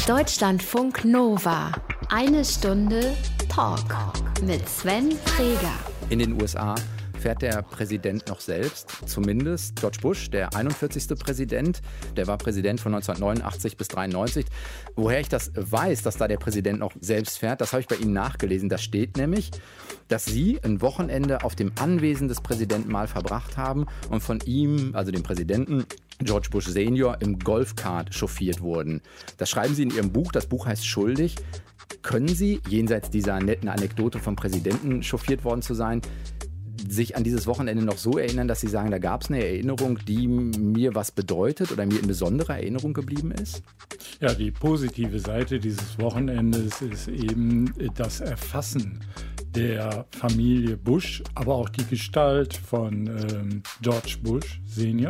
Deutschlandfunk Nova. Eine Stunde Talk mit Sven Träger. In den USA fährt der Präsident noch selbst, zumindest George Bush, der 41. Präsident. Der war Präsident von 1989 bis 1993. Woher ich das weiß, dass da der Präsident noch selbst fährt, das habe ich bei Ihnen nachgelesen. Da steht nämlich, dass Sie ein Wochenende auf dem Anwesen des Präsidenten mal verbracht haben und von ihm, also dem Präsidenten, George Bush Senior, im Golfkart chauffiert wurden. Das schreiben Sie in Ihrem Buch. Das Buch heißt Schuldig. Können Sie, jenseits dieser netten Anekdote vom Präsidenten chauffiert worden zu sein, sich an dieses Wochenende noch so erinnern, dass Sie sagen, da gab es eine Erinnerung, die mir was bedeutet oder mir in besonderer Erinnerung geblieben ist? Ja, die positive Seite dieses Wochenendes ist eben das Erfassen der Familie Bush, aber auch die Gestalt von George Bush Senior,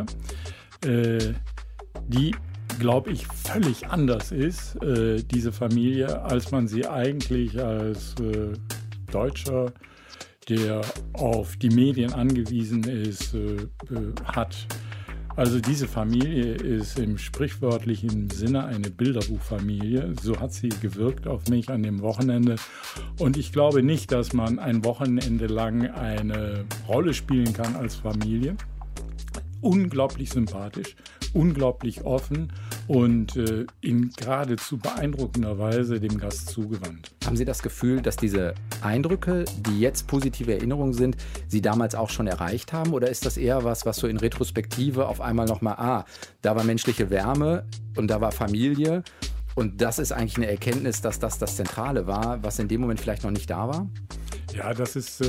die, glaube ich, völlig anders ist, diese Familie, als man sie eigentlich als Deutscher, der auf die Medien angewiesen ist, hat. Also diese Familie ist im sprichwörtlichen Sinne eine Bilderbuchfamilie. So hat sie gewirkt auf mich an dem Wochenende. Und ich glaube nicht, dass man ein Wochenende lang eine Rolle spielen kann als Familie. Unglaublich sympathisch, unglaublich offen und in geradezu beeindruckender Weise dem Gast zugewandt. Haben Sie das Gefühl, dass diese Eindrücke, die jetzt positive Erinnerungen sind, Sie damals auch schon erreicht haben? Oder ist das eher was so in Retrospektive auf einmal nochmal, da war menschliche Wärme und da war Familie und das ist eigentlich eine Erkenntnis, dass das Zentrale war, was in dem Moment vielleicht noch nicht da war? Ja, das ist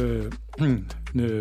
eine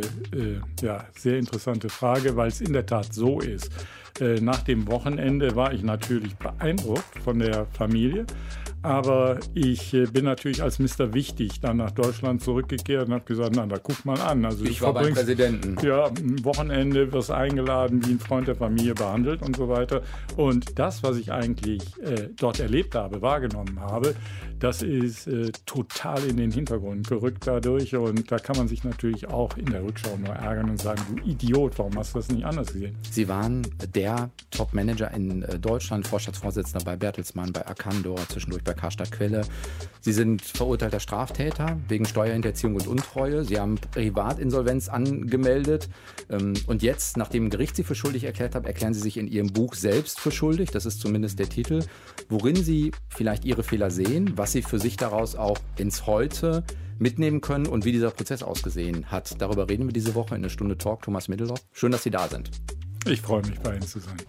sehr interessante Frage, weil es in der Tat so ist. Nach dem Wochenende war ich natürlich beeindruckt von der Familie, aber ich bin natürlich als Mr. Wichtig dann nach Deutschland zurückgekehrt und habe gesagt, na, da guck mal an. Also ich war beim Präsidenten. Ja, am Wochenende wirst eingeladen, wie ein Freund der Familie behandelt und so weiter. Und das, was ich eigentlich dort erlebt habe, wahrgenommen habe, das ist total in den Hintergrund gerückt dadurch. Und da kann man sich natürlich auch in der Rückschau nur ärgern und sagen, du Idiot, warum hast du das nicht anders gesehen? Sie waren der Top-Manager in Deutschland, Vorstandsvorsitzender bei Bertelsmann, bei Arcandor, zwischendurch bei Karstadt Quelle. Sie sind verurteilter Straftäter wegen Steuerhinterziehung und Untreue. Sie haben Privatinsolvenz angemeldet. Und jetzt, nachdem ein Gericht Sie für schuldig erklärt hat, erklären Sie sich in Ihrem Buch selbst für schuldig. Das ist zumindest der Titel. Worin Sie vielleicht Ihre Fehler sehen, was Sie für sich daraus auch ins Heute mitnehmen können und wie dieser Prozess ausgesehen hat. Darüber reden wir diese Woche in einer Stunde Talk. Thomas Middelhoff, schön, dass Sie da sind. Ich freue mich, bei Ihnen zu sein.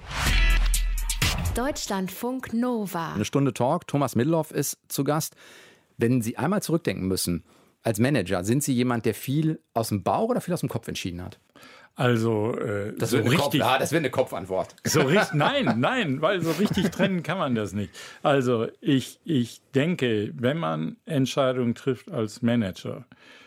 Deutschlandfunk Nova. Eine Stunde Talk. Thomas Middelhoff ist zu Gast. Wenn Sie einmal zurückdenken müssen, als Manager, sind Sie jemand, der viel aus dem Bauch oder viel aus dem Kopf entschieden hat? Also, das wäre eine Kopfantwort. So richtig, nein, weil so richtig trennen kann man das nicht. Also, ich denke, wenn man Entscheidungen trifft als Manager,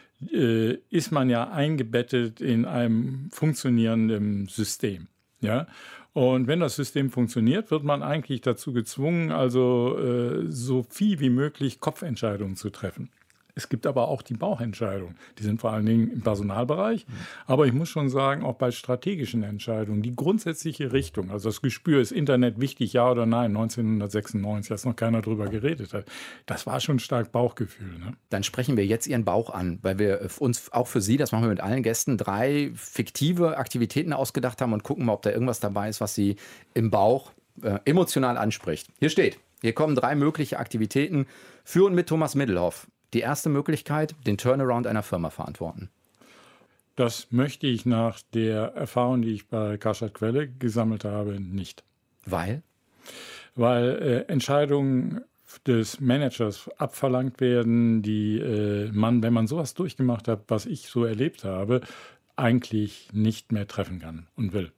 ist man ja eingebettet in einem funktionierenden System. Ja? Und wenn das System funktioniert, wird man eigentlich dazu gezwungen, also so viel wie möglich Kopfentscheidungen zu treffen. Es gibt aber auch die Bauchentscheidungen. Die sind vor allen Dingen im Personalbereich. Aber ich muss schon sagen, auch bei strategischen Entscheidungen, die grundsätzliche Richtung, also das Gespür, ist Internet wichtig, ja oder nein, 1996, als noch keiner drüber geredet hat, das war schon stark Bauchgefühl. Ne? Dann sprechen wir jetzt Ihren Bauch an, weil wir uns auch für Sie, das machen wir mit allen Gästen, 3 fiktive Aktivitäten ausgedacht haben und gucken mal, ob da irgendwas dabei ist, was Sie im Bauch emotional anspricht. Hier kommen 3 mögliche Aktivitäten für und mit Thomas Middelhoff. Die erste Möglichkeit, den Turnaround einer Firma verantworten. Das möchte ich nach der Erfahrung, die ich bei Karstadt Quelle gesammelt habe, nicht. Weil? Weil Entscheidungen des Managers abverlangt werden, die man, wenn man sowas durchgemacht hat, was ich so erlebt habe, eigentlich nicht mehr treffen kann und will.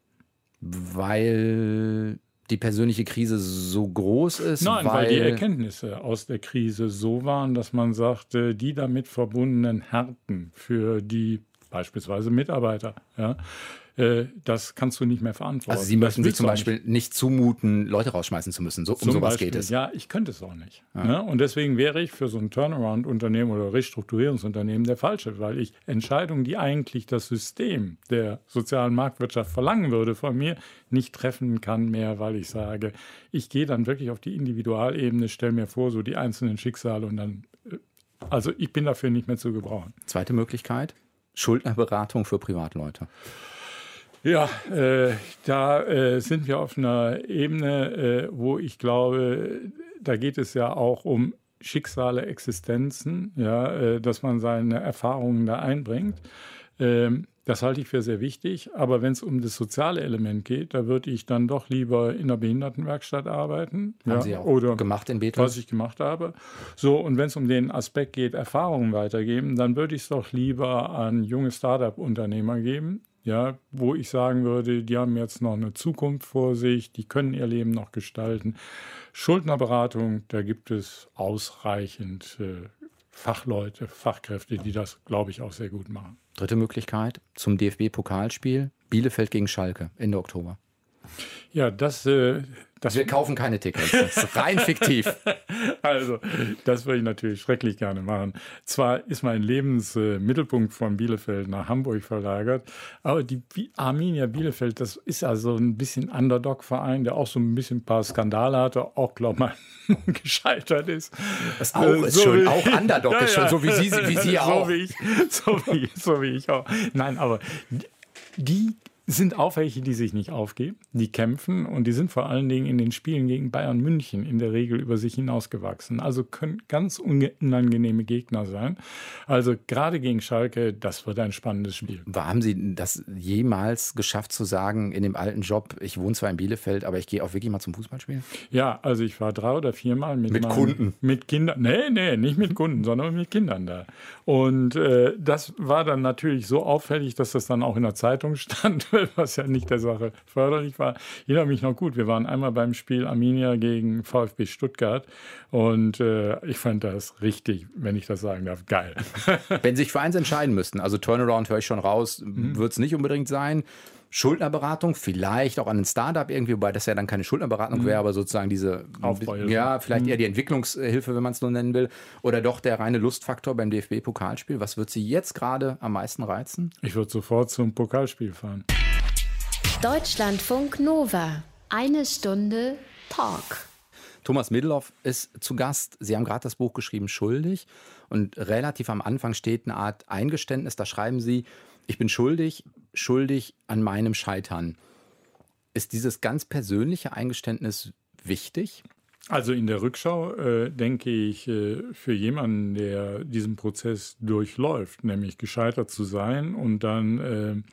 Weil die persönliche Krise so groß ist? Nein, weil die Erkenntnisse aus der Krise so waren, dass man sagte, die damit verbundenen Härten für die beispielsweise Mitarbeiter, ja, das kannst du nicht mehr verantworten. Also Sie möchten sich zum Beispiel nicht zumuten, Leute rausschmeißen zu müssen. Um sowas geht es. Ja, ich könnte es auch nicht. Ja. Ne? Und deswegen wäre ich für so ein Turnaround-Unternehmen oder Restrukturierungsunternehmen der Falsche, weil ich Entscheidungen, die eigentlich das System der sozialen Marktwirtschaft verlangen würde von mir, nicht treffen kann mehr, weil ich sage, ich gehe dann wirklich auf die Individualebene, stelle mir vor, so die einzelnen Schicksale und dann, also ich bin dafür nicht mehr zu gebrauchen. Zweite Möglichkeit, Schuldnerberatung für Privatleute. Ja, da sind wir auf einer Ebene, wo ich glaube, da geht es ja auch um Schicksale, Existenzen, ja, dass man seine Erfahrungen da einbringt. Das halte ich für sehr wichtig. Aber wenn es um das soziale Element geht, da würde ich dann doch lieber in einer Behindertenwerkstatt arbeiten. Haben Sie auch oder gemacht in Bethel? Was ich gemacht habe. So, und wenn es um den Aspekt geht, Erfahrungen weitergeben, dann würde ich es doch lieber an junge Start-up-Unternehmer geben. Ja, wo ich sagen würde, die haben jetzt noch eine Zukunft vor sich, die können ihr Leben noch gestalten. Schuldnerberatung, da gibt es ausreichend Fachleute, Fachkräfte, die das, glaube ich, auch sehr gut machen. Dritte Möglichkeit zum DFB-Pokalspiel, Bielefeld gegen Schalke, Ende Oktober. Ja, das wir kaufen keine Tickets, das ist rein fiktiv. Also, das würde ich natürlich schrecklich gerne machen. Zwar ist mein Lebensmittelpunkt von Bielefeld nach Hamburg verlagert, aber die Arminia Bielefeld, das ist ja so ein bisschen Underdog-Verein, der auch so ein bisschen ein paar Skandale hatte, auch, glaube ich, gescheitert ist. Das auch ist so schon, auch Underdog ist schon, so wie Sie auch. So wie ich auch. Nein, aber die sind auch welche, die sich nicht aufgeben, die kämpfen und die sind vor allen Dingen in den Spielen gegen Bayern München in der Regel über sich hinausgewachsen. Also können ganz unangenehme Gegner sein. Also gerade gegen Schalke, das wird ein spannendes Spiel. Haben Sie das jemals geschafft zu sagen, in dem alten Job, ich wohne zwar in Bielefeld, aber ich gehe auch wirklich mal zum Fußballspielen? Ja, also ich war 3 oder 4 Mal mit Kunden? Mit Kindern. Nee, nicht mit Kunden, sondern mit Kindern da. Und das war dann natürlich so auffällig, dass das dann auch in der Zeitung stand, was ja nicht der Sache förderlich war. Ich erinnere mich noch gut, wir waren einmal beim Spiel Arminia gegen VfB Stuttgart und ich fand das richtig, wenn ich das sagen darf, geil. Wenn Sie sich für eins entscheiden müssten, also Turnaround höre ich schon raus, wird es nicht unbedingt sein. Schuldnerberatung, vielleicht auch an ein Startup irgendwie, wobei das ja dann keine Schuldnerberatung wäre, aber sozusagen diese Aufbauhilfe. Ja, vielleicht eher die Entwicklungshilfe, wenn man es so nennen will, oder doch der reine Lustfaktor beim DFB-Pokalspiel. Was wird Sie jetzt gerade am meisten reizen? Ich würde sofort zum Pokalspiel fahren. Deutschlandfunk Nova. 1 Stunde Talk. Thomas Middelhoff ist zu Gast. Sie haben gerade das Buch geschrieben, Schuldig. Und relativ am Anfang steht eine Art Eingeständnis. Da schreiben Sie, ich bin schuldig an meinem Scheitern. Ist dieses ganz persönliche Eingeständnis wichtig? Also in der Rückschau denke ich, für jemanden, der diesen Prozess durchläuft, nämlich gescheitert zu sein und dann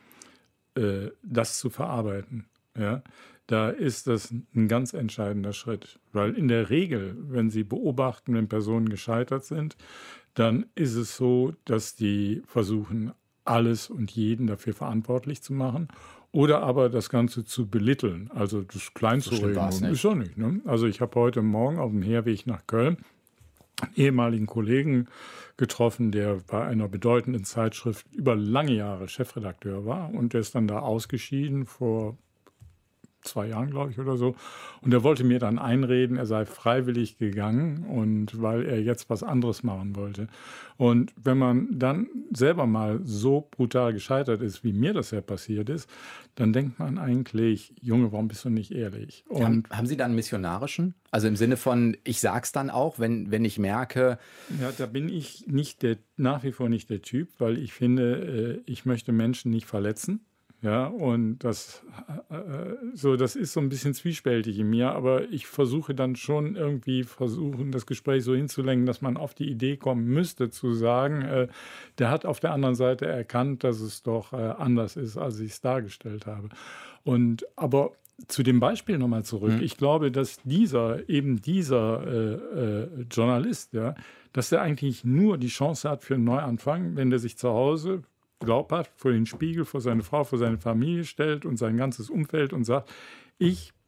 das zu verarbeiten, ja, da ist das ein ganz entscheidender Schritt. Weil in der Regel, wenn Sie beobachten, wenn Personen gescheitert sind, dann ist es so, dass die versuchen, alles und jeden dafür verantwortlich zu machen oder aber das Ganze zu belitteln, also das kleinzureden. Ist doch nicht. Ne? Also ich habe heute Morgen auf dem Herweg nach Köln einen ehemaligen Kollegen getroffen, der bei einer bedeutenden Zeitschrift über lange Jahre Chefredakteur war und der ist dann da ausgeschieden vor 2 Jahren, glaube ich, oder so. Und er wollte mir dann einreden, er sei freiwillig gegangen und weil er jetzt was anderes machen wollte. Und wenn man dann selber mal so brutal gescheitert ist, wie mir das ja passiert ist, dann denkt man eigentlich, Junge, warum bist du nicht ehrlich? Und haben Sie dann einen missionarischen? Also im Sinne von, ich sag's dann auch, wenn ich merke... Ja, da bin ich nach wie vor nicht der Typ, weil ich finde, ich möchte Menschen nicht verletzen. Ja, und das ist so ein bisschen zwiespältig in mir, aber ich versuche dann schon irgendwie das Gespräch so hinzulenken, dass man auf die Idee kommen müsste, zu sagen, der hat auf der anderen Seite erkannt, dass es doch anders ist, als ich es dargestellt habe. Aber zu dem Beispiel nochmal zurück. Ich glaube, dass dieser Journalist, ja, dass er eigentlich nur die Chance hat für einen Neuanfang, wenn der sich zu Hause glaubhaft vor den Spiegel, vor seine Frau, vor seine Familie stellt und sein ganzes Umfeld und sagt, ich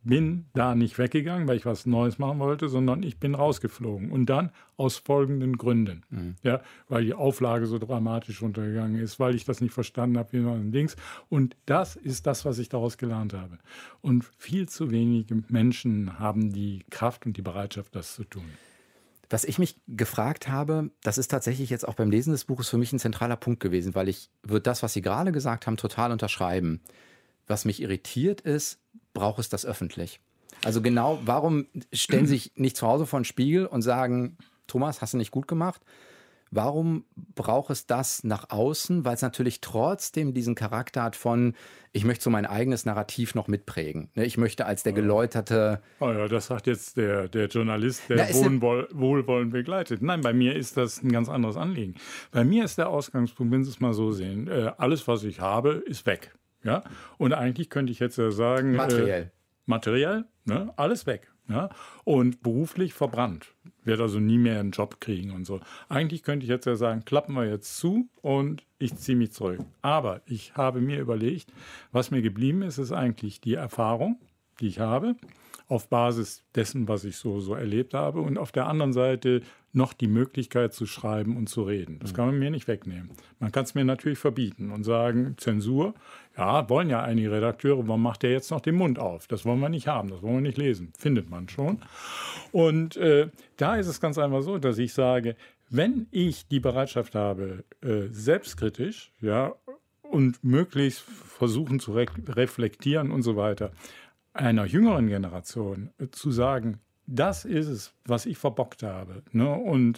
bin da nicht weggegangen, weil ich was Neues machen wollte, sondern ich bin rausgeflogen. Und dann aus folgenden Gründen. Ja, weil die Auflage so dramatisch runtergegangen ist, weil ich das nicht verstanden habe, wie man Dings. Und das ist das, was ich daraus gelernt habe. Und viel zu wenige Menschen haben die Kraft und die Bereitschaft, das zu tun. Was ich mich gefragt habe, das ist tatsächlich jetzt auch beim Lesen des Buches für mich ein zentraler Punkt gewesen, weil ich würde das, was Sie gerade gesagt haben, total unterschreiben. Was mich irritiert ist, braucht es das öffentlich? Also genau, warum stellen Sie sich nicht zu Hause vor den Spiegel und sagen, Thomas, hast du nicht gut gemacht? Warum braucht es das nach außen? Weil es natürlich trotzdem diesen Charakter hat von, ich möchte so mein eigenes Narrativ noch mitprägen. Ich möchte als der geläuterte... Oh ja, das sagt jetzt der Journalist, der wohlwollend begleitet. Nein, bei mir ist das ein ganz anderes Anliegen. Bei mir ist der Ausgangspunkt, wenn Sie es mal so sehen, alles, was ich habe, ist weg. Ja? Und eigentlich könnte ich jetzt ja sagen... Materiell, ne? Alles weg. Ja? Und beruflich verbrannt. Werde also nie mehr einen Job kriegen und so. Eigentlich könnte ich jetzt ja sagen, klappen wir jetzt zu und ich ziehe mich zurück. Aber ich habe mir überlegt, was mir geblieben ist, ist eigentlich die Erfahrung, die ich habe, auf Basis dessen, was ich so erlebt habe. Und auf der anderen Seite noch die Möglichkeit zu schreiben und zu reden. Das kann man mir nicht wegnehmen. Man kann es mir natürlich verbieten und sagen, Zensur, ja, wollen ja einige Redakteure, warum macht der jetzt noch den Mund auf? Das wollen wir nicht haben, das wollen wir nicht lesen. Findet man schon. Und da ist es ganz einfach so, dass ich sage, wenn ich die Bereitschaft habe, selbstkritisch, ja, und möglichst versuchen zu reflektieren und so weiter, einer jüngeren Generation zu sagen, das ist es, was ich verbockt habe. Ne? Und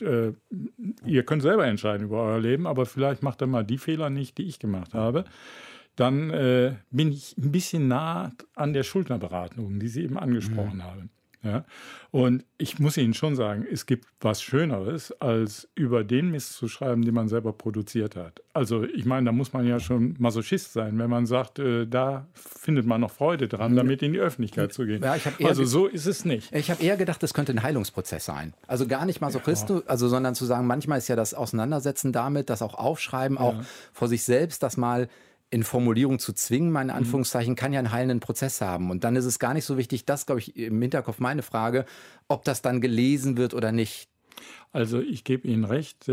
ihr könnt selber entscheiden über euer Leben, aber vielleicht macht ihr mal die Fehler nicht, die ich gemacht habe. Dann bin ich ein bisschen nah an der Schuldnerberatung, die Sie eben angesprochen haben. Ja? Und ich muss Ihnen schon sagen, es gibt was Schöneres, als über den Mist zu schreiben, den man selber produziert hat. Also ich meine, da muss man ja schon Masochist sein, wenn man sagt, da findet man noch Freude dran, damit in die Öffentlichkeit zu gehen. Ja, also so ist es nicht. Ich habe eher gedacht, das könnte ein Heilungsprozess sein. Also gar nicht Masochist, sondern zu sagen, manchmal ist ja das Auseinandersetzen damit, das auch Aufschreiben, auch vor sich selbst, das mal in Formulierung zu zwingen, meine Anführungszeichen, kann ja einen heilenden Prozess haben. Und dann ist es gar nicht so wichtig, das, glaube ich, im Hinterkopf meine Frage, ob das dann gelesen wird oder nicht. Also ich gebe Ihnen recht,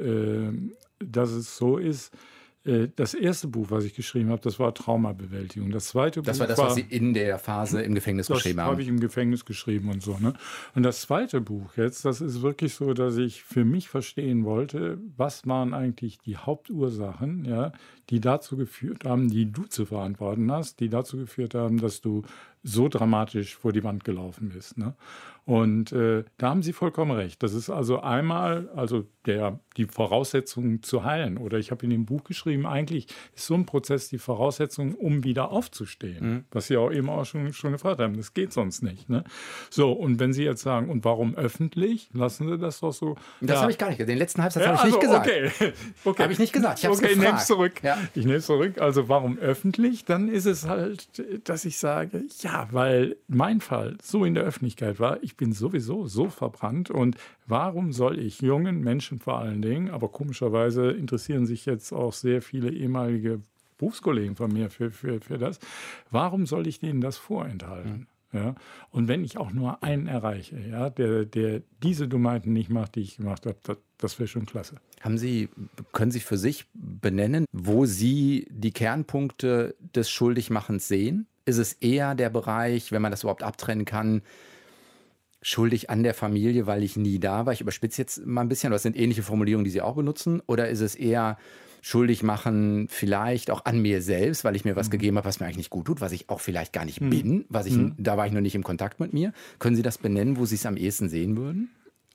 dass es so ist. Das erste Buch, was ich geschrieben habe, das war Traumabewältigung. Das zweite das Buch war das, was Sie in der Phase im Gefängnis geschrieben haben. Das habe ich im Gefängnis geschrieben und so. Ne? Und das zweite Buch jetzt, das ist wirklich so, dass ich für mich verstehen wollte, was waren eigentlich die Hauptursachen, ja, die dazu geführt haben, die du zu verantworten hast, die dazu geführt haben, dass du so dramatisch vor die Wand gelaufen bist. Ne? Und da haben Sie vollkommen recht. Das ist also einmal die Voraussetzung zu heilen. Oder ich habe in dem Buch geschrieben, eigentlich ist so ein Prozess die Voraussetzung, um wieder aufzustehen. Was Sie auch eben auch schon gefragt haben. Das geht sonst nicht. Ne? So, und wenn Sie jetzt sagen, und warum öffentlich? Lassen Sie das doch so. Das habe ich gar nicht gesagt. Den letzten Halbsatz habe ich nicht gesagt. Okay. Habe ich nicht gesagt. Ich habe es gefragt. Ich nehme es zurück. Ja. Ich nehme es zurück. Also warum öffentlich? Dann ist es halt, dass ich sage, ja, weil mein Fall so in der Öffentlichkeit war, ich bin sowieso so verbrannt und warum soll ich jungen Menschen vor allen Dingen, aber komischerweise interessieren sich jetzt auch sehr viele ehemalige Berufskollegen von mir für das, warum soll ich denen das vorenthalten? Ja? Und wenn ich auch nur einen erreiche, ja, der diese Dummheiten nicht macht, die ich gemacht habe, das wäre schon klasse. Können Sie für sich benennen, wo Sie die Kernpunkte des Schuldigmachens sehen? Ist es eher der Bereich, wenn man das überhaupt abtrennen kann, schuldig an der Familie, weil ich nie da war? Ich überspitze jetzt mal ein bisschen, aber das sind ähnliche Formulierungen, die Sie auch benutzen. Oder ist es eher schuldig machen vielleicht auch an mir selbst, weil ich mir was gegeben habe, was mir eigentlich nicht gut tut, was ich auch vielleicht gar nicht bin, da war ich noch nicht im Kontakt mit mir. Können Sie das benennen, wo Sie es am ehesten sehen würden?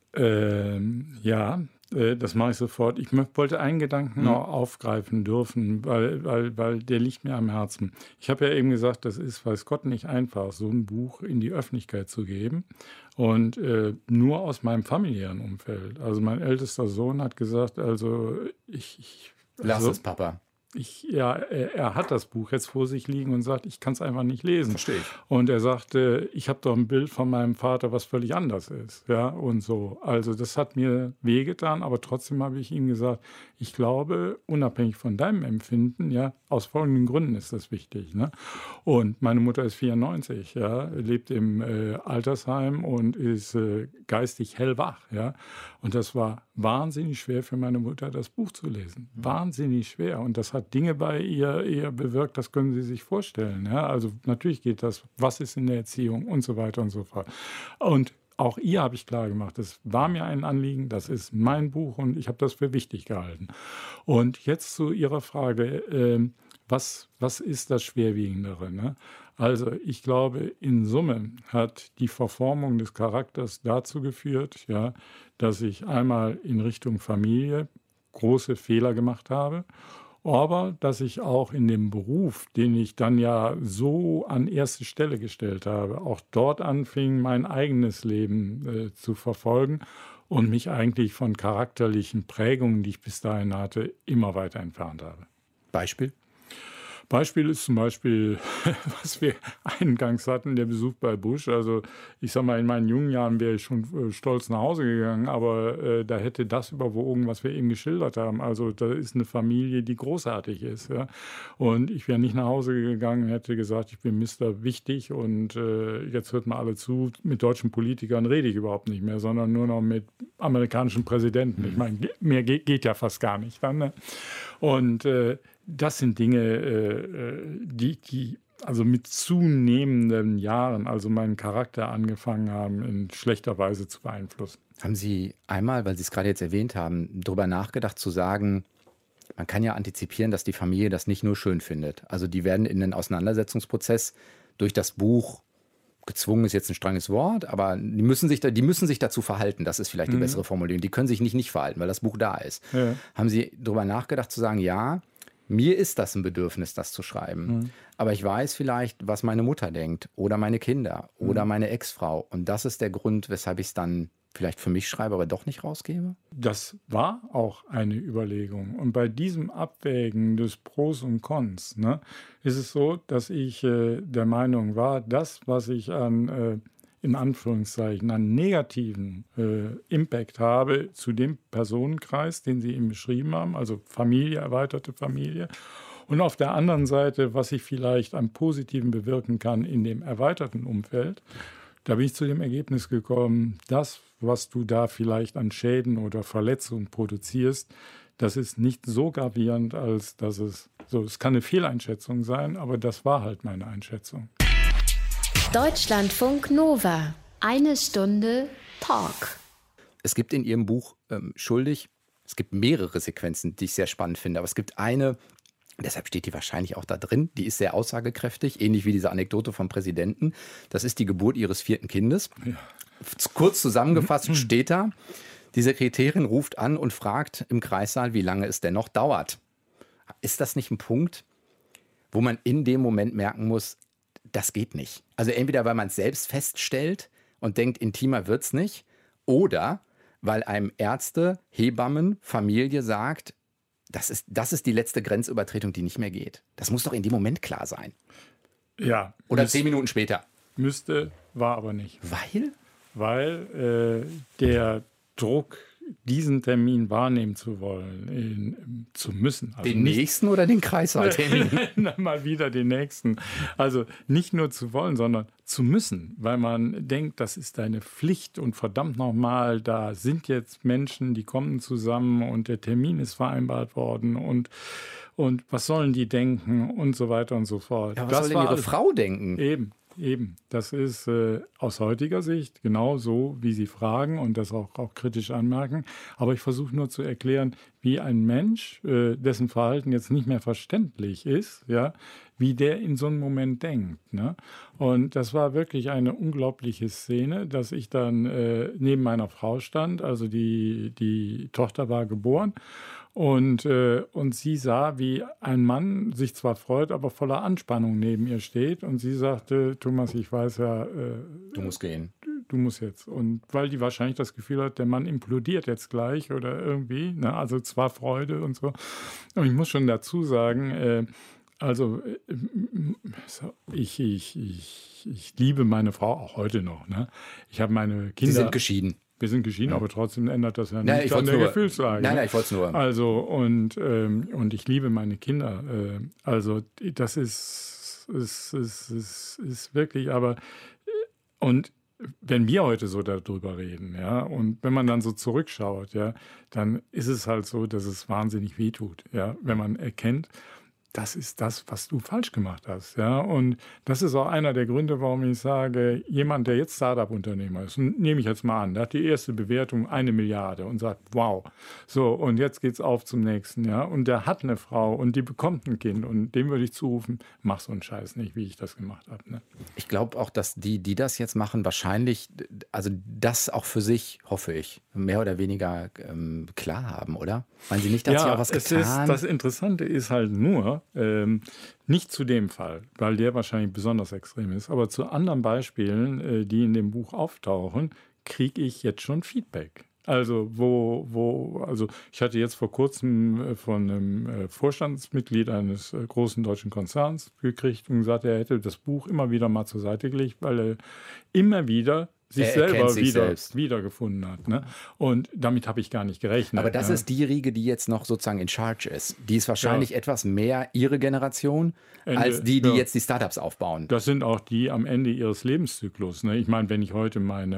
Ja, das mache ich sofort. Ich wollte einen Gedanken noch aufgreifen dürfen, weil der liegt mir am Herzen. Ich habe ja eben gesagt, das ist, weiß Gott, nicht einfach, so ein Buch in die Öffentlichkeit zu geben. Und nur aus meinem familiären Umfeld. Also mein ältester Sohn hat gesagt, also Lass es, Papa. er hat das Buch jetzt vor sich liegen und sagt, ich kann es einfach nicht lesen. Verstehe ich. Und er sagte, ich habe doch ein Bild von meinem Vater, was völlig anders ist. Ja, und so. Also das hat mir wehgetan, aber trotzdem habe ich ihm gesagt, ich glaube, unabhängig von deinem Empfinden, ja, aus folgenden Gründen ist das wichtig. Ne? Und meine Mutter ist 94, ja, lebt im Altersheim und ist geistig hellwach. Ja? Und das war wahnsinnig schwer für meine Mutter, das Buch zu lesen. Wahnsinnig schwer. Und das hat Dinge bei ihr bewirkt, das können Sie sich vorstellen. Ja? Also natürlich geht das, was ist in der Erziehung und so weiter und so fort. Und auch ihr habe ich klar gemacht, das war mir ein Anliegen, das ist mein Buch und ich habe das für wichtig gehalten. Und jetzt zu Ihrer Frage, was ist das Schwerwiegendere? Ne? Also ich glaube, in Summe hat die Verformung des Charakters dazu geführt, ja, dass ich einmal in Richtung Familie große Fehler gemacht habe, aber dass ich auch in dem Beruf, den ich dann ja so an erste Stelle gestellt habe, auch dort anfing, mein eigenes Leben zu verfolgen und mich eigentlich von charakterlichen Prägungen, die ich bis dahin hatte, immer weiter entfernt habe. Beispiel? Beispiel ist zum Beispiel, was wir eingangs hatten, der Besuch bei Bush. Also ich sag mal, in meinen jungen Jahren wäre ich schon stolz nach Hause gegangen, aber da hätte das überwogen, was wir eben geschildert haben. Also da ist eine Familie, die großartig ist. Ja? Und ich wäre nicht nach Hause gegangen und hätte gesagt, ich bin Mister Wichtig und jetzt hört mal alle zu. Mit deutschen Politikern rede ich überhaupt nicht mehr, sondern nur noch mit amerikanischen Präsidenten. Ich meine, mehr geht ja fast gar nicht dann. Ne? Und das sind Dinge, die also mit zunehmenden Jahren, also meinen Charakter angefangen haben, in schlechter Weise zu beeinflussen. Haben Sie einmal, weil Sie es gerade jetzt erwähnt haben, darüber nachgedacht zu sagen, man kann ja antizipieren, dass die Familie das nicht nur schön findet. Also die werden in den Auseinandersetzungsprozess durch das Buch gezwungen, ist jetzt ein strenges Wort, aber die müssen sich dazu verhalten. Das ist vielleicht die bessere Formulierung. Die können sich nicht verhalten, weil das Buch da ist. Ja. Haben Sie darüber nachgedacht zu sagen, ja, mir ist das ein Bedürfnis, das zu schreiben. Aber ich weiß vielleicht, was meine Mutter denkt oder meine Kinder oder meine Ex-Frau. Und das ist der Grund, weshalb ich es dann vielleicht für mich schreibe, aber doch nicht rausgebe? Das war auch eine Überlegung. Und bei diesem Abwägen des Pros und Cons, ne, ist es so, dass ich der Meinung war, das, was ich an in Anführungszeichen einen negativen Impact habe zu dem Personenkreis, den Sie eben beschrieben haben, also Familie, erweiterte Familie. Und auf der anderen Seite, was ich vielleicht am Positiven bewirken kann in dem erweiterten Umfeld, da bin ich zu dem Ergebnis gekommen, das, was du da vielleicht an Schäden oder Verletzungen produzierst, das ist nicht so gravierend, als dass es kann eine Fehleinschätzung sein, aber das war halt meine Einschätzung. Deutschlandfunk Nova. 1 Stunde Talk. Es gibt in Ihrem Buch Schuldig, es gibt mehrere Sequenzen, die ich sehr spannend finde, aber es gibt eine, deshalb steht die wahrscheinlich auch da drin, die ist sehr aussagekräftig, ähnlich wie diese Anekdote vom Präsidenten. Das ist die Geburt Ihres 4. Kindes. Ja. Kurz zusammengefasst steht da, die Sekretärin ruft an und fragt im Kreissaal, wie lange es denn noch dauert. Ist das nicht ein Punkt, wo man in dem Moment merken muss, das geht nicht? Also entweder, weil man es selbst feststellt und denkt, intimer wird's nicht, oder weil einem Ärzte, Hebammen, Familie sagt, das ist die letzte Grenzübertretung, die nicht mehr geht. Das muss doch in dem Moment klar sein. Ja. Oder 10 Minuten später. Müsste, war aber nicht. Weil? Weil der Druck, diesen Termin wahrnehmen zu wollen, zu müssen. Also den nächsten oder den Kreissaaltermin? Mal wieder den nächsten. Also nicht nur zu wollen, sondern zu müssen, weil man denkt, das ist deine Pflicht und verdammt nochmal, da sind jetzt Menschen, die kommen zusammen und der Termin ist vereinbart worden und was sollen die denken und so weiter und so fort. Ja, was soll denn Ihre Frau denken? Eben. Das ist aus heutiger Sicht genau so, wie Sie fragen und das auch kritisch anmerken. Aber ich versuche nur zu erklären, wie ein Mensch, dessen Verhalten jetzt nicht mehr verständlich ist, ja, wie der in so einem Moment denkt. Ne? Und das war wirklich eine unglaubliche Szene, dass ich dann neben meiner Frau stand, also die Tochter war geboren. Und sie sah, wie ein Mann sich zwar freut, aber voller Anspannung neben ihr steht. Und sie sagte, Thomas, ich weiß ja... du musst gehen. du musst jetzt. Und weil die wahrscheinlich das Gefühl hat, der Mann implodiert jetzt gleich oder irgendwie, ne? Also zwar Freude und so. Und ich muss schon dazu sagen, ich liebe meine Frau auch heute noch. Ne? Ich habe meine Kinder. Sie sind geschieden. Wir sind geschieden, aber trotzdem ändert das ja nichts an der Gefühlslage. Nein, ich wollte es nur. Also, und ich liebe meine Kinder. Also, das ist wirklich, aber, und wenn wir heute so darüber reden, ja, und wenn man dann so zurückschaut, ja, dann ist es halt so, dass es wahnsinnig wehtut, ja, wenn man erkennt, das ist das, was du falsch gemacht hast. Ja? Und das ist auch einer der Gründe, warum ich sage, jemand, der jetzt Start-up-Unternehmer ist, nehme ich jetzt mal an, der hat die erste Bewertung 1 Milliarde und sagt, wow, so, und jetzt geht's auf zum nächsten. Ja? Und der hat eine Frau und die bekommt ein Kind und dem würde ich zurufen, mach so einen Scheiß nicht, wie ich das gemacht habe. Ne? Ich glaube auch, dass die das jetzt machen, wahrscheinlich, also das auch für sich, hoffe ich, mehr oder weniger klar haben, oder? Meinen Sie nicht, da hat sich auch was getan? Das Interessante ist halt nur, nicht zu dem Fall, weil der wahrscheinlich besonders extrem ist, aber zu anderen Beispielen, die in dem Buch auftauchen, kriege ich jetzt schon Feedback. Also also ich hatte jetzt vor kurzem von einem Vorstandsmitglied eines großen deutschen Konzerns gekriegt und gesagt, er hätte das Buch immer wieder mal zur Seite gelegt, weil er immer wieder sich selber wiedergefunden hat. Ne? Und damit habe ich gar nicht gerechnet. Aber das ist die Riege, die jetzt noch sozusagen in charge ist. Die ist wahrscheinlich etwas mehr ihre Generation, als die jetzt die Startups aufbauen. Das sind auch die am Ende ihres Lebenszyklus. Ne? Ich meine, wenn ich heute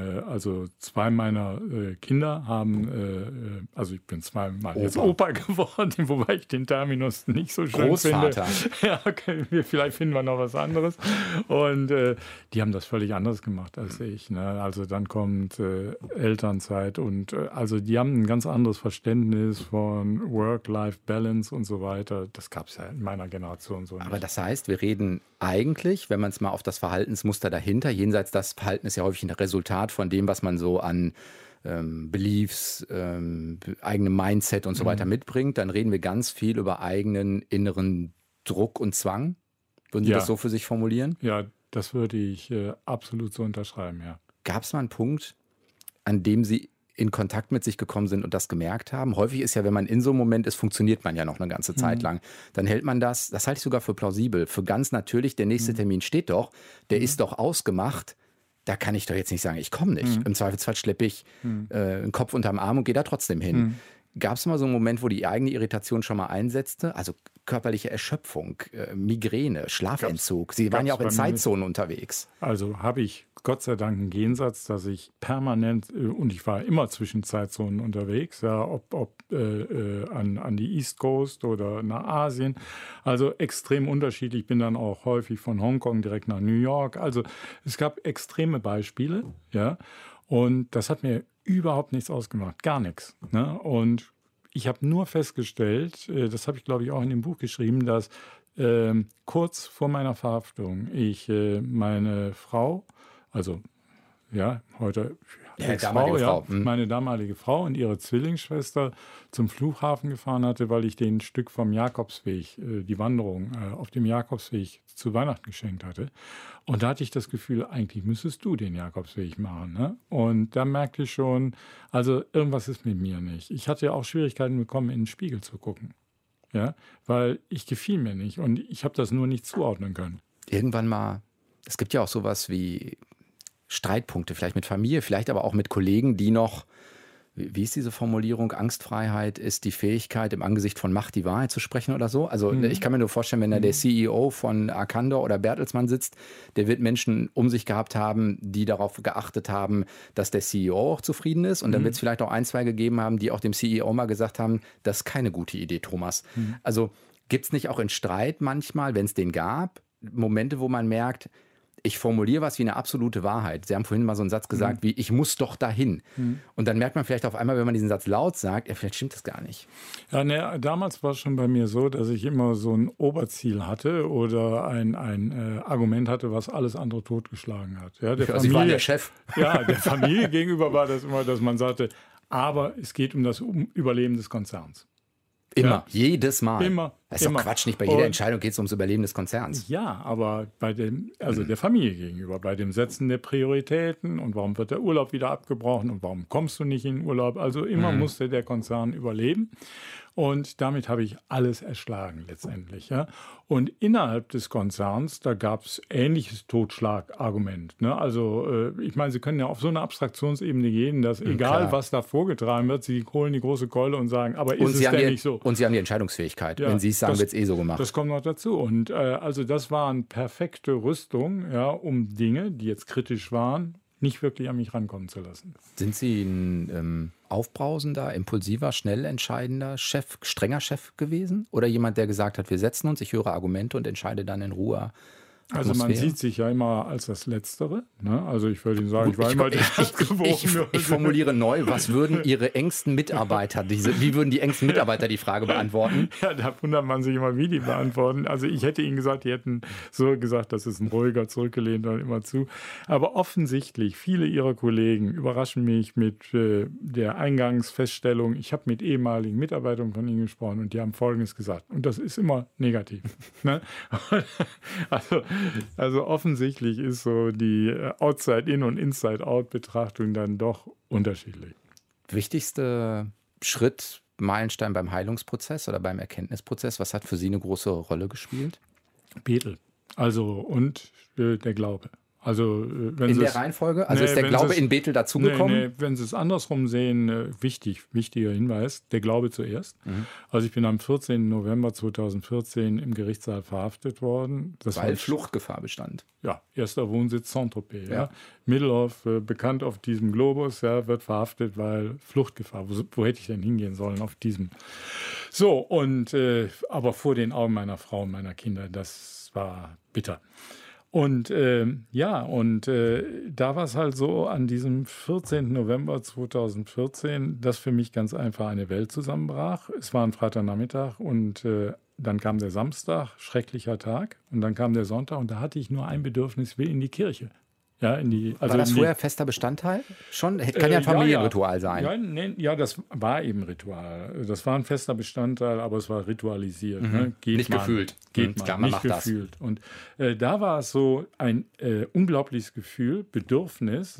zwei meiner Kinder haben, also ich bin zweimal jetzt Opa geworden, wobei ich den Terminus nicht so schön Großvater. finde. Ja, okay, vielleicht finden wir noch was anderes. Und die haben das völlig anders gemacht als ich. Ne? Also dann kommt Elternzeit und also die haben ein ganz anderes Verständnis von Work-Life-Balance und so weiter. Das gab es ja in meiner Generation so nicht. Aber das heißt, wir reden eigentlich, wenn man es mal auf das Verhaltensmuster dahinter, jenseits das Verhalten ist ja häufig ein Resultat von dem, was man so an Beliefs, eigenem Mindset und so weiter mitbringt, dann reden wir ganz viel über eigenen inneren Druck und Zwang. Würden Sie das so für sich formulieren? Ja, das würde ich absolut so unterschreiben, ja. Gab es mal einen Punkt, an dem Sie in Kontakt mit sich gekommen sind und das gemerkt haben? Häufig ist ja, wenn man in so einem Moment ist, funktioniert man ja noch eine ganze Zeit lang. Dann hält man das halte ich sogar für plausibel, für ganz natürlich, der nächste Termin steht doch, der ist doch ausgemacht, da kann ich doch jetzt nicht sagen, ich komme nicht. Im Zweifelsfall schleppe ich einen Kopf unterm Arm und gehe da trotzdem hin. Gab es mal so einen Moment, wo die eigene Irritation schon mal einsetzte? Also körperliche Erschöpfung, Migräne, Schlafentzug. Sie waren ja auch in Zeitzonen unterwegs. Also habe ich Gott sei Dank einen Gegensatz, dass ich permanent, und ich war immer zwischen Zeitzonen unterwegs, ja, ob an die East Coast oder nach Asien. Also extrem unterschiedlich. Ich bin dann auch häufig von Hongkong direkt nach New York. Also es gab extreme Beispiele, ja. Und das hat mir überhaupt nichts ausgemacht, gar nichts. Ne? Und ich habe nur festgestellt, das habe ich glaube ich auch in dem Buch geschrieben, dass kurz vor meiner Verhaftung ich meine Frau, also ja, heute Ex-Frau, meine damalige Frau und ihre Zwillingsschwester zum Flughafen gefahren hatte, weil ich denen ein Stück vom Jakobsweg, die Wanderung auf dem Jakobsweg zu Weihnachten geschenkt hatte. Und da hatte ich das Gefühl, eigentlich müsstest du den Jakobsweg machen. Ne? Und da merkte ich schon, also irgendwas ist mit mir nicht. Ich hatte ja auch Schwierigkeiten bekommen, in den Spiegel zu gucken. Ja? Weil ich gefiel mir nicht und ich habe das nur nicht zuordnen können. Irgendwann mal, es gibt ja auch sowas wie Streitpunkte, vielleicht mit Familie, vielleicht aber auch mit Kollegen, die noch, wie ist diese Formulierung, Angstfreiheit ist die Fähigkeit, im Angesicht von Macht die Wahrheit zu sprechen oder so. Also ich kann mir nur vorstellen, wenn da der CEO von Arcandor oder Bertelsmann sitzt, der wird Menschen um sich gehabt haben, die darauf geachtet haben, dass der CEO auch zufrieden ist. Und dann wird es vielleicht auch ein, zwei gegeben haben, die auch dem CEO mal gesagt haben, das ist keine gute Idee, Thomas. Also gibt es nicht auch in Streit manchmal, wenn es den gab, Momente, wo man merkt, ich formuliere was wie eine absolute Wahrheit. Sie haben vorhin mal so einen Satz gesagt wie, ich muss doch dahin. Und dann merkt man vielleicht auf einmal, wenn man diesen Satz laut sagt, ja, vielleicht stimmt das gar nicht. Ja, ne, damals war es schon bei mir so, dass ich immer so ein Oberziel hatte oder ein Argument hatte, was alles andere totgeschlagen hat. Ja, der Sie waren der Chef. Ja, der Familie gegenüber war das immer, dass man sagte, aber es geht um das Überleben des Konzerns. Immer, jedes Mal. Immer. Das ist doch Quatsch, nicht bei jeder Entscheidung geht es ums Überleben des Konzerns. Ja, aber der Familie gegenüber, bei dem Setzen der Prioritäten und warum wird der Urlaub wieder abgebrochen und warum kommst du nicht in den Urlaub? Also immer musste der Konzern überleben. Und damit habe ich alles erschlagen letztendlich. Ja. Und innerhalb des Konzerns, da gab es ähnliches Totschlagargument. Ne? Also ich meine, Sie können ja auf so eine Abstraktionsebene gehen, dass egal was da vorgetragen wird, Sie holen die große Keule und sagen, aber ist es denn nicht so? Und Sie haben die Entscheidungsfähigkeit. Ja, wenn Sie es sagen, wird es so gemacht. Das kommt noch dazu. Und also das waren perfekte Rüstung, ja, um Dinge, die jetzt kritisch waren, nicht wirklich an mich rankommen zu lassen. Sind Sie ein aufbrausender, impulsiver, schnell entscheidender Chef, strenger Chef gewesen? Oder jemand, der gesagt hat, wir setzen uns, ich höre Argumente und entscheide dann in Ruhe? Also man sieht sich ja immer als das Letztere. Ne? Also ich würde Ihnen sagen, ich war immer der Erstgeborene. Ich formuliere neu, was würden Ihre engsten Mitarbeiter, wie würden die engsten Mitarbeiter die Frage beantworten? Ja, da wundert man sich immer, wie die beantworten. Also ich hätte Ihnen gesagt, die hätten so gesagt, das ist ein ruhiger, zurückgelehnt und immer zu. Aber offensichtlich, viele Ihrer Kollegen überraschen mich mit der Eingangsfeststellung, ich habe mit ehemaligen Mitarbeitern von Ihnen gesprochen und die haben Folgendes gesagt. Und das ist immer negativ. Ne? Also offensichtlich ist so die Outside-In- und Inside-Out-Betrachtung dann doch unterschiedlich. Wichtigster Schritt, Meilenstein beim Heilungsprozess oder beim Erkenntnisprozess, was hat für Sie eine große Rolle gespielt? Bethel, und der Glaube. Also, wenn in der Reihenfolge? Also ist der Glaube in Bethel dazugekommen? Nee, wenn Sie es andersrum sehen, wichtiger Hinweis, der Glaube zuerst. Also ich bin am 14. November 2014 im Gerichtssaal verhaftet worden. Weil Fluchtgefahr bestand. Ja, erster Wohnsitz Saint-Tropez. Ja. Middelhoff, bekannt auf diesem Globus, wird verhaftet, weil Fluchtgefahr. Wo hätte ich denn hingehen sollen auf diesem? So, und aber vor den Augen meiner Frau und meiner Kinder, das war bitter. Und da war es halt so an diesem 14. November 2014, dass für mich ganz einfach eine Welt zusammenbrach. Es war ein Freitagnachmittag und dann kam der Samstag, schrecklicher Tag. Und dann kam der Sonntag und da hatte ich nur ein Bedürfnis, ich will in die Kirche. Ja, war das vorher fester Bestandteil? Schon? Kann ja ein Familienritual sein. Ja, das war eben Ritual. Das war ein fester Bestandteil, aber es war ritualisiert. Ne? Nicht gefühlt. Klar, man nicht gefühlt. Das. Und da war es so ein unglaubliches Gefühl, Bedürfnis.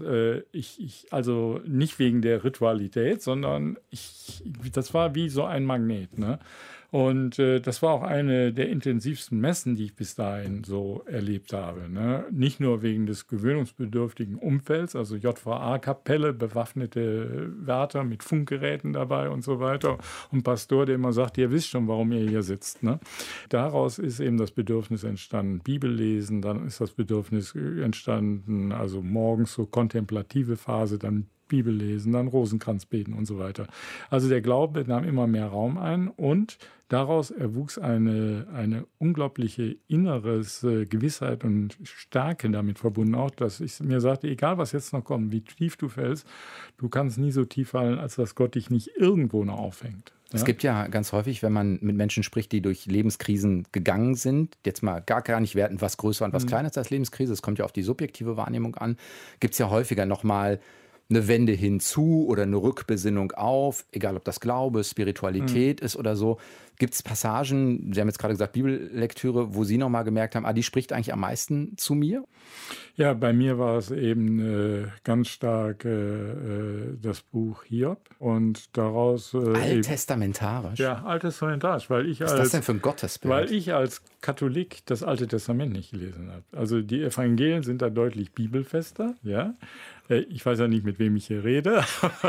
Also nicht wegen der Ritualität, sondern das war wie so ein Magnet. Ne? Und das war auch eine der intensivsten Messen, die ich bis dahin so erlebt habe. Ne? Nicht nur wegen des gewöhnungsbedürftigen Umfelds, also JVA-Kapelle, bewaffnete Wärter mit Funkgeräten dabei und so weiter. Und Pastor, der immer sagt, ihr wisst schon, warum ihr hier sitzt. Ne? Daraus ist eben das Bedürfnis entstanden, Bibel lesen, dann ist das Bedürfnis entstanden, also morgens so kontemplative Phase, dann Bibel lesen, dann Rosenkranz beten und so weiter. Also der Glaube nahm immer mehr Raum ein und daraus erwuchs eine unglaubliche innere Gewissheit und Stärke damit verbunden auch, dass ich mir sagte, egal was jetzt noch kommt, wie tief du fällst, du kannst nie so tief fallen, als dass Gott dich nicht irgendwo noch auffängt. Es gibt ja ganz häufig, wenn man mit Menschen spricht, die durch Lebenskrisen gegangen sind, jetzt mal gar nicht wertend, was größer und was kleiner ist als Lebenskrise, es kommt ja auf die subjektive Wahrnehmung an, gibt es ja häufiger nochmal eine Wende hinzu oder eine Rückbesinnung auf, egal ob das Glaube, Spiritualität ist oder so. Gibt es Passagen, Sie haben jetzt gerade gesagt Bibellektüre, wo Sie nochmal gemerkt haben, die spricht eigentlich am meisten zu mir? Ja, bei mir war es eben ganz stark das Buch Hiob und daraus... Alttestamentarisch? Ja, alttestamentarisch, weil ich Was ist das denn für ein Gottesbild? Weil ich als Katholik das Alte Testament nicht gelesen habe. Also die Evangelien sind da deutlich bibelfester, ja. Ich weiß ja nicht, mit wem ich hier rede.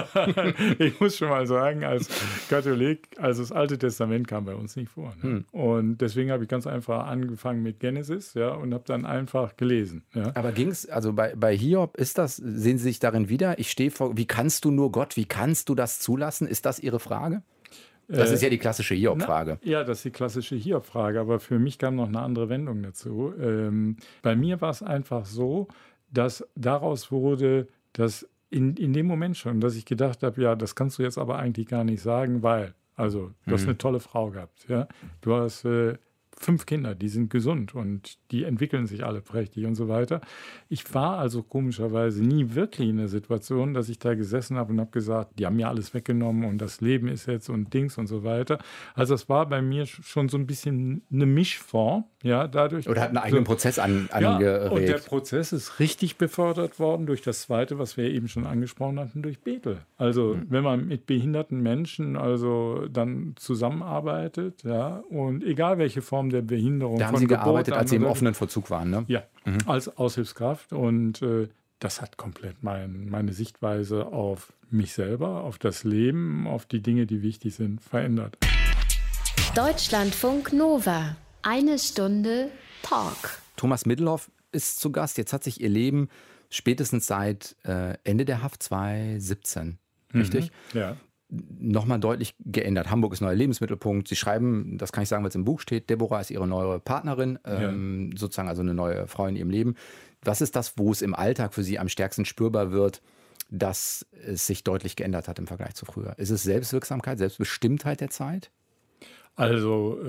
Ich muss schon mal sagen, als Katholik, also das Alte Testament kam bei uns nicht vor. Ne? Und deswegen habe ich ganz einfach angefangen mit Genesis, ja, und habe dann einfach gelesen. Ja. Aber ging es, also bei Hiob, sehen Sie sich darin wieder? Ich stehe vor, wie kannst du nur Gott, wie kannst du das zulassen? Ist das Ihre Frage? Das ist ja die klassische Hiob-Frage. Ja, das ist die klassische Hiob-Frage, aber für mich kam noch eine andere Wendung dazu. Bei mir war es einfach so, dass daraus wurde, dass in dem Moment schon, dass ich gedacht habe, ja, das kannst du jetzt aber eigentlich gar nicht sagen, weil, also, du hast eine tolle Frau gehabt, ja, du hast 5 Kinder, die sind gesund und die entwickeln sich alle prächtig und so weiter. Ich war also komischerweise nie wirklich in der Situation, dass ich da gesessen habe und habe gesagt, die haben mir alles weggenommen und das Leben ist jetzt und Dings und so weiter. Also es war bei mir schon so ein bisschen eine Mischform, ja, dadurch. Oder hat einen eigenen Prozess angeregt. Ja, und der Prozess ist richtig befördert worden durch das Zweite, was wir eben schon angesprochen hatten, durch Bethel. Also wenn man mit behinderten Menschen also dann zusammenarbeitet, ja, und egal welche Form der Behinderung. Da haben Sie gearbeitet, als Sie im offenen Vollzug waren, ne? Ja, als Aushilfskraft und das hat komplett meine Sichtweise auf mich selber, auf das Leben, auf die Dinge, die wichtig sind, verändert. Deutschlandfunk Nova. 1 Stunde Talk. Thomas Middelhoff ist zu Gast. Jetzt hat sich Ihr Leben spätestens seit Ende der Haft 2017, richtig? Ja. Nochmal deutlich geändert. Hamburg ist neuer Lebensmittelpunkt. Sie schreiben, das kann ich sagen, weil es im Buch steht, Deborah ist Ihre neue Partnerin, sozusagen also eine neue Frau in Ihrem Leben. Was ist das, wo es im Alltag für Sie am stärksten spürbar wird, dass es sich deutlich geändert hat im Vergleich zu früher? Ist es Selbstwirksamkeit, Selbstbestimmtheit der Zeit? Also,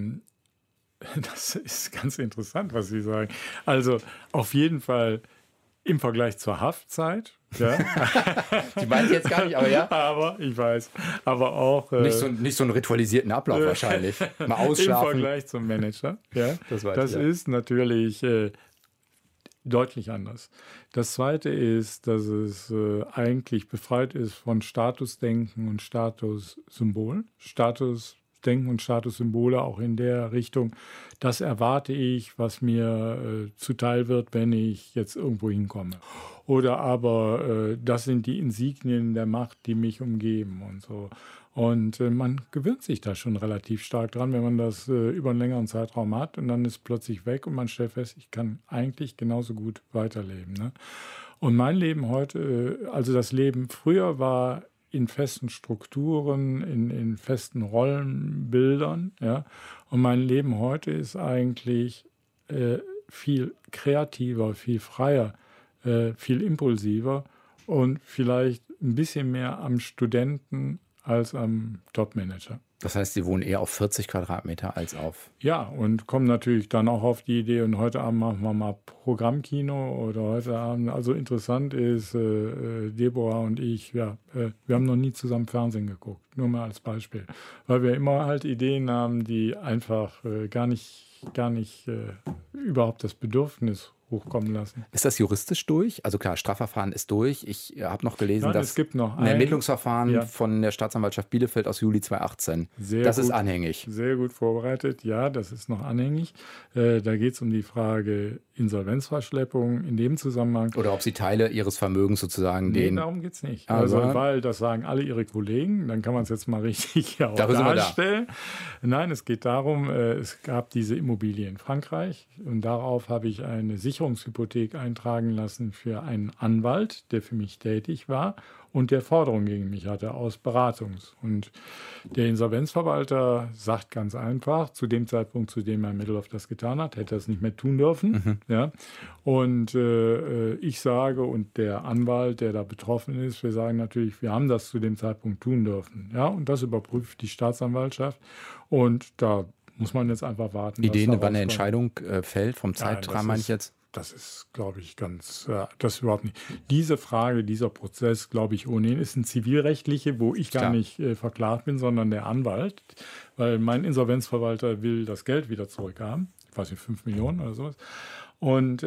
das ist ganz interessant, was Sie sagen. Also, auf jeden Fall im Vergleich zur Haftzeit. Ja. Die meinen ich jetzt gar nicht, aber ja. Aber ich weiß. Aber auch. Nicht so einen ritualisierten Ablauf wahrscheinlich. Mal ausschlafen. Im Vergleich zum Manager. Ja. Das ist natürlich deutlich anders. Das Zweite ist, dass es eigentlich befreit ist von Statusdenken und Statussymbolen. Statusdenken und Statussymbole auch in der Richtung, das erwarte ich, was mir zuteil wird, wenn ich jetzt irgendwo hinkomme. Oder aber das sind die Insignien der Macht, die mich umgeben und so. Und man gewöhnt sich da schon relativ stark dran, wenn man das über einen längeren Zeitraum hat und dann ist plötzlich weg und man stellt fest, ich kann eigentlich genauso gut weiterleben. Ne? Und mein Leben heute, also das Leben früher war in festen Strukturen, in festen Rollenbildern. Ja? Und mein Leben heute ist eigentlich viel kreativer, viel freier, viel impulsiver und vielleicht ein bisschen mehr am Studenten als am Topmanager. Das heißt, Sie wohnen eher auf 40 Quadratmeter als auf... Ja, und kommen natürlich dann auch auf die Idee, und heute Abend machen wir mal Programmkino oder heute Abend, also interessant ist, Deborah und ich, wir haben noch nie zusammen Fernsehen geguckt, nur mal als Beispiel, weil wir immer halt Ideen haben, die einfach gar nicht überhaupt das Bedürfnis hochkommen lassen. Ist das juristisch durch? Also klar, Strafverfahren ist durch. Ich habe noch gelesen, dass es gibt noch ein Ermittlungsverfahren von der Staatsanwaltschaft Bielefeld aus Juli 2018. Das ist anhängig. Sehr gut vorbereitet. Ja, das ist noch anhängig. Da geht es um die Frage Insolvenzverschleppung in dem Zusammenhang. Oder ob Sie Teile Ihres Vermögens sozusagen darum geht es nicht. Also, weil das sagen alle Ihre Kollegen, dann kann man es jetzt mal richtig auch darstellen. Nein, es geht darum, es gab diese Immobilie in Frankreich und darauf habe ich eine Sicherungshypothek eintragen lassen für einen Anwalt, der für mich tätig war und der Forderungen gegen mich hatte aus Beratungs. Und der Insolvenzverwalter sagt ganz einfach, zu dem Zeitpunkt, zu dem Herr Middelhoff das getan hat, hätte er es nicht mehr tun dürfen. Ja? Und ich sage und der Anwalt, der da betroffen ist, wir sagen natürlich, wir haben das zu dem Zeitpunkt tun dürfen. Ja? Und das überprüft die Staatsanwaltschaft und da muss man jetzt einfach warten. Ideen, wann eine Entscheidung fällt, vom Zeitrahmen meine ich jetzt? Das ist, glaube ich, das überhaupt nicht. Diese Frage, dieser Prozess, glaube ich, ohnehin ist ein zivilrechtliche, wo ich gar nicht verklagt bin, sondern der Anwalt, weil mein Insolvenzverwalter will das Geld wieder zurückhaben. Ich weiß nicht, 5 Millionen oder sowas. Und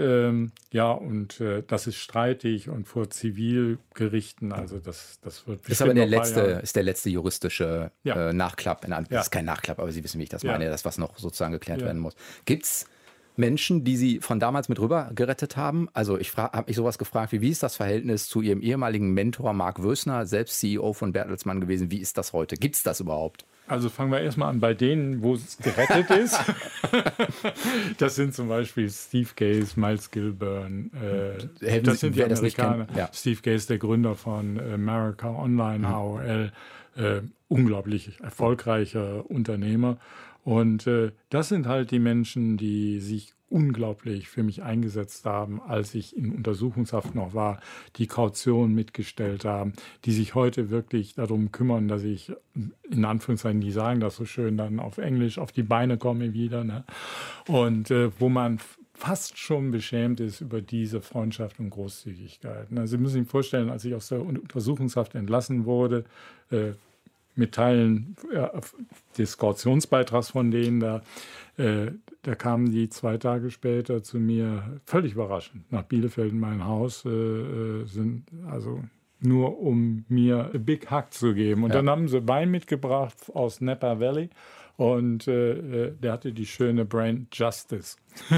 das ist streitig und vor Zivilgerichten, also das wird bestimmt ist aber der letzte juristische Nachklapp. Das ist kein Nachklapp, aber Sie wissen, wie ich das meine, das, was noch sozusagen geklärt werden muss. Gibt es Menschen, die Sie von damals mit rüber gerettet haben? Also ich habe mich sowas gefragt, wie ist das Verhältnis zu Ihrem ehemaligen Mentor Marc Wössner, selbst CEO von Bertelsmann gewesen? Wie ist das heute? Gibt es das überhaupt? Also fangen wir erstmal an bei denen, wo es gerettet ist. Das sind zum Beispiel Steve Gaze, Miles Gilburn. Das sind die Amerikaner. Steve Gaze, der Gründer von America Online, HOL, unglaublich erfolgreicher Unternehmer. Und das sind halt die Menschen, die sich unglaublich für mich eingesetzt haben, als ich in Untersuchungshaft noch war, die Kaution mitgestellt haben, die sich heute wirklich darum kümmern, dass ich, in Anführungszeichen, die sagen das so schön dann auf Englisch, auf die Beine komme wieder. Ne? Und wo man fast schon beschämt ist über diese Freundschaft und Großzügigkeit. Sie müssen sich vorstellen, als ich aus der Untersuchungshaft entlassen wurde, mit Teilen des Kautionsbeitrags von denen, da kamen die 2 Tage später zu mir, völlig überraschend, nach Bielefeld in mein Haus, sind also nur um mir a big hug zu geben. Und dann haben sie Wein mitgebracht aus Napa Valley. Und der hatte die schöne Brand Justice.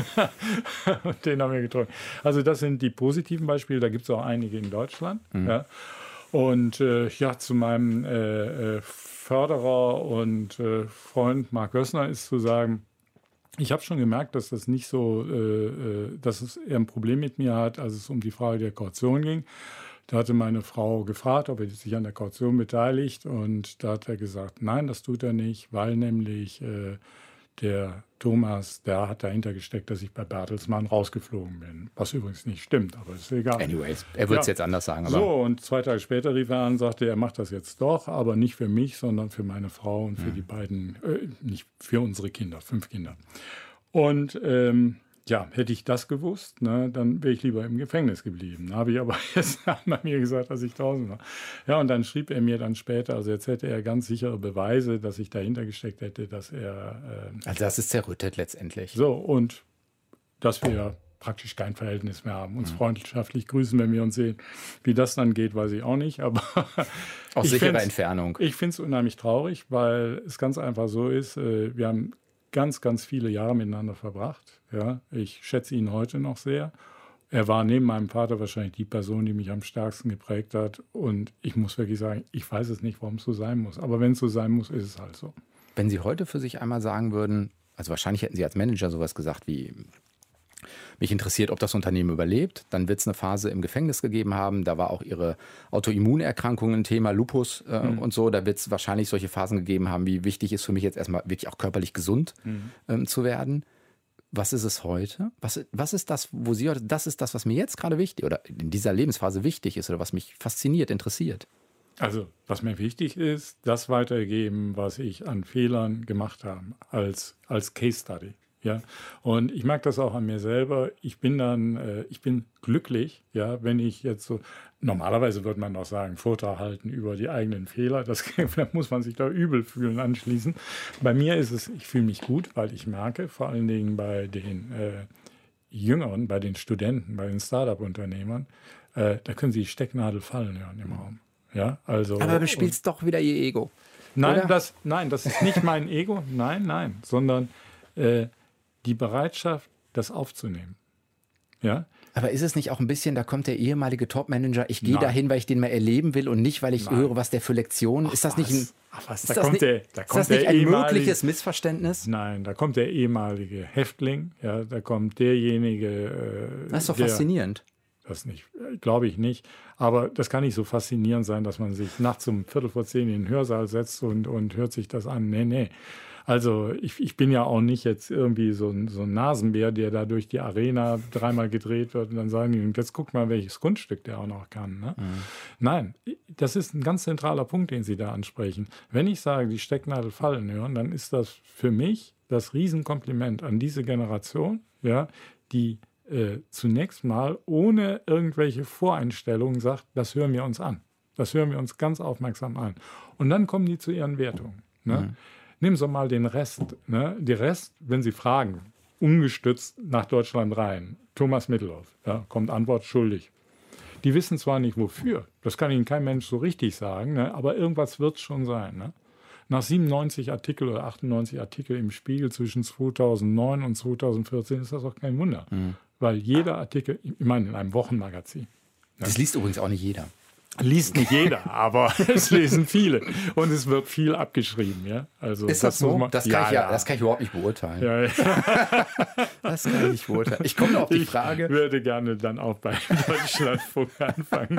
Und den haben wir getrunken. Also das sind die positiven Beispiele. Da gibt es auch einige in Deutschland. Mhm. Ja. Und zu meinem Förderer und Freund Marc Gössner ist zu sagen, ich habe schon gemerkt, dass das nicht so, dass es eher ein Problem mit mir hat, als es um die Frage der Kaution ging. Da hatte meine Frau gefragt, ob er sich an der Kaution beteiligt. Und da hat er gesagt, nein, das tut er nicht, weil nämlich der Thomas, der hat dahinter gesteckt, dass ich bei Bertelsmann rausgeflogen bin. Was übrigens nicht stimmt, aber ist egal. Anyways, er wird es jetzt anders sagen. Aber so, und 2 Tage später rief er an und sagte, er macht das jetzt doch, aber nicht für mich, sondern für meine Frau und für die beiden, nicht für unsere Kinder, 5 Kinder. Und hätte ich das gewusst, ne, dann wäre ich lieber im Gefängnis geblieben. Da habe ich aber jetzt bei mir gesagt, dass ich draußen war. Ja, und dann schrieb er mir dann später, also jetzt hätte er ganz sichere Beweise, dass ich dahinter gesteckt hätte, dass er... also das ist zerrüttet letztendlich. So, und dass wir praktisch kein Verhältnis mehr haben. Uns freundschaftlich grüßen, wenn wir uns sehen. Wie das dann geht, weiß ich auch nicht. Aber aus sicherer Entfernung. Ich finde es unheimlich traurig, weil es ganz einfach so ist, wir haben ganz, ganz viele Jahre miteinander verbracht. Ja, ich schätze ihn heute noch sehr. Er war neben meinem Vater wahrscheinlich die Person, die mich am stärksten geprägt hat. Und ich muss wirklich sagen, ich weiß es nicht, warum es so sein muss. Aber wenn es so sein muss, ist es halt so. Wenn Sie heute für sich einmal sagen würden, also wahrscheinlich hätten Sie als Manager sowas gesagt wie, mich interessiert, ob das Unternehmen überlebt. Dann wird es eine Phase im Gefängnis gegeben haben. Da war auch Ihre Autoimmunerkrankung ein Thema, Lupus und so. Da wird es wahrscheinlich solche Phasen gegeben haben, wie wichtig ist für mich jetzt erstmal wirklich auch körperlich gesund zu werden. Was ist es heute? Was ist das, wo Sie heute, das ist das, was mir jetzt gerade wichtig oder in dieser Lebensphase wichtig ist oder was mich fasziniert, interessiert? Also, was mir wichtig ist, das weitergeben, was ich an Fehlern gemacht habe, als Case Study. Ja, und ich merke das auch an mir selber. Ich bin glücklich, ja, wenn ich jetzt so, normalerweise würde man auch sagen, Vortrag halten über die eigenen Fehler. Da muss man sich da übel fühlen anschließend. Bei mir ist es, ich fühle mich gut, weil ich merke, vor allen Dingen bei den Jüngeren, bei den Studenten, bei den Start-up-Unternehmern, da können sie die Stecknadel fallen hören im Raum. Ja, also, aber du spielst doch wieder ihr Ego. Nein, das ist nicht mein Ego. Nein, sondern die Bereitschaft, das aufzunehmen. Ja? Aber ist es nicht auch ein bisschen, da kommt der ehemalige Top-Manager, ich gehe dahin, weil ich den mal erleben will und nicht, weil ich höre, was der für Lektionen... Ist das nicht ein... Da kommt ein mögliches Missverständnis? Nein, da kommt der ehemalige Häftling, ja, da kommt derjenige... das ist doch faszinierend. Das nicht, glaube ich nicht. Aber das kann nicht so faszinierend sein, dass man sich nachts um 9:45 in den Hörsaal setzt und hört sich das an. Nee. Also ich bin ja auch nicht jetzt irgendwie so ein Nasenbär, der da durch die Arena 3-mal gedreht wird und dann sagen die, jetzt guck mal, welches Kunststück der auch noch kann. Ne? Mhm. Nein, das ist ein ganz zentraler Punkt, den Sie da ansprechen. Wenn ich sage, die Stecknadel fallen hören, dann ist das für mich das Riesenkompliment an diese Generation, ja, die zunächst mal ohne irgendwelche Voreinstellungen sagt, das hören wir uns an. Das hören wir uns ganz aufmerksam an. Und dann kommen die zu ihren Wertungen. Ne? Mhm. Nehmen Sie mal den Rest. Ne? Die Rest, wenn Sie fragen, ungestützt nach Deutschland rein. Thomas Middelhoff, ja, kommt Antwort schuldig. Die wissen zwar nicht wofür, das kann Ihnen kein Mensch so richtig sagen, ne? Aber irgendwas wird es schon sein. Ne? Nach 97 Artikel oder 98 Artikel im Spiegel zwischen 2009 und 2014 ist das auch kein Wunder. Mhm. Weil jeder Artikel, ich meine in einem Wochenmagazin. Ne? Das liest übrigens auch nicht jeder. Liest nicht jeder, aber es lesen viele. Und es wird viel abgeschrieben. Ja? Also, ist das so? Das kann ich überhaupt nicht beurteilen. Ja. Das kann ich nicht beurteilen. Ich komme auf die Frage. Ich würde gerne dann auch bei Deutschlandfunk anfangen.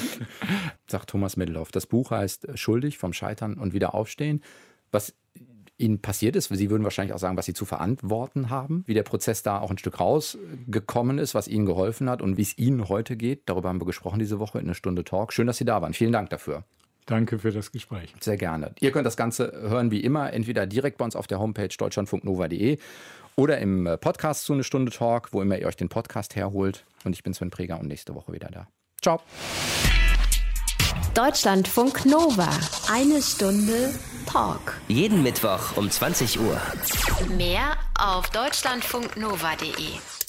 Sagt Thomas Middelhoff. Das Buch heißt Schuldig, vom Scheitern und wieder aufstehen. Was Ihnen passiert ist. Sie würden wahrscheinlich auch sagen, was Sie zu verantworten haben, wie der Prozess da auch ein Stück rausgekommen ist, was Ihnen geholfen hat und wie es Ihnen heute geht. Darüber haben wir gesprochen diese Woche in 1 Stunde Talk. Schön, dass Sie da waren. Vielen Dank dafür. Danke für das Gespräch. Sehr gerne. Ihr könnt das Ganze hören wie immer, entweder direkt bei uns auf der Homepage deutschlandfunknova.de oder im Podcast zu 1 Stunde Talk, wo immer ihr euch den Podcast herholt. Und ich bin Sven Preger und nächste Woche wieder da. Ciao. Deutschlandfunk Nova. 1 Stunde Talk. Jeden Mittwoch um 20 Uhr. Mehr auf deutschlandfunknova.de.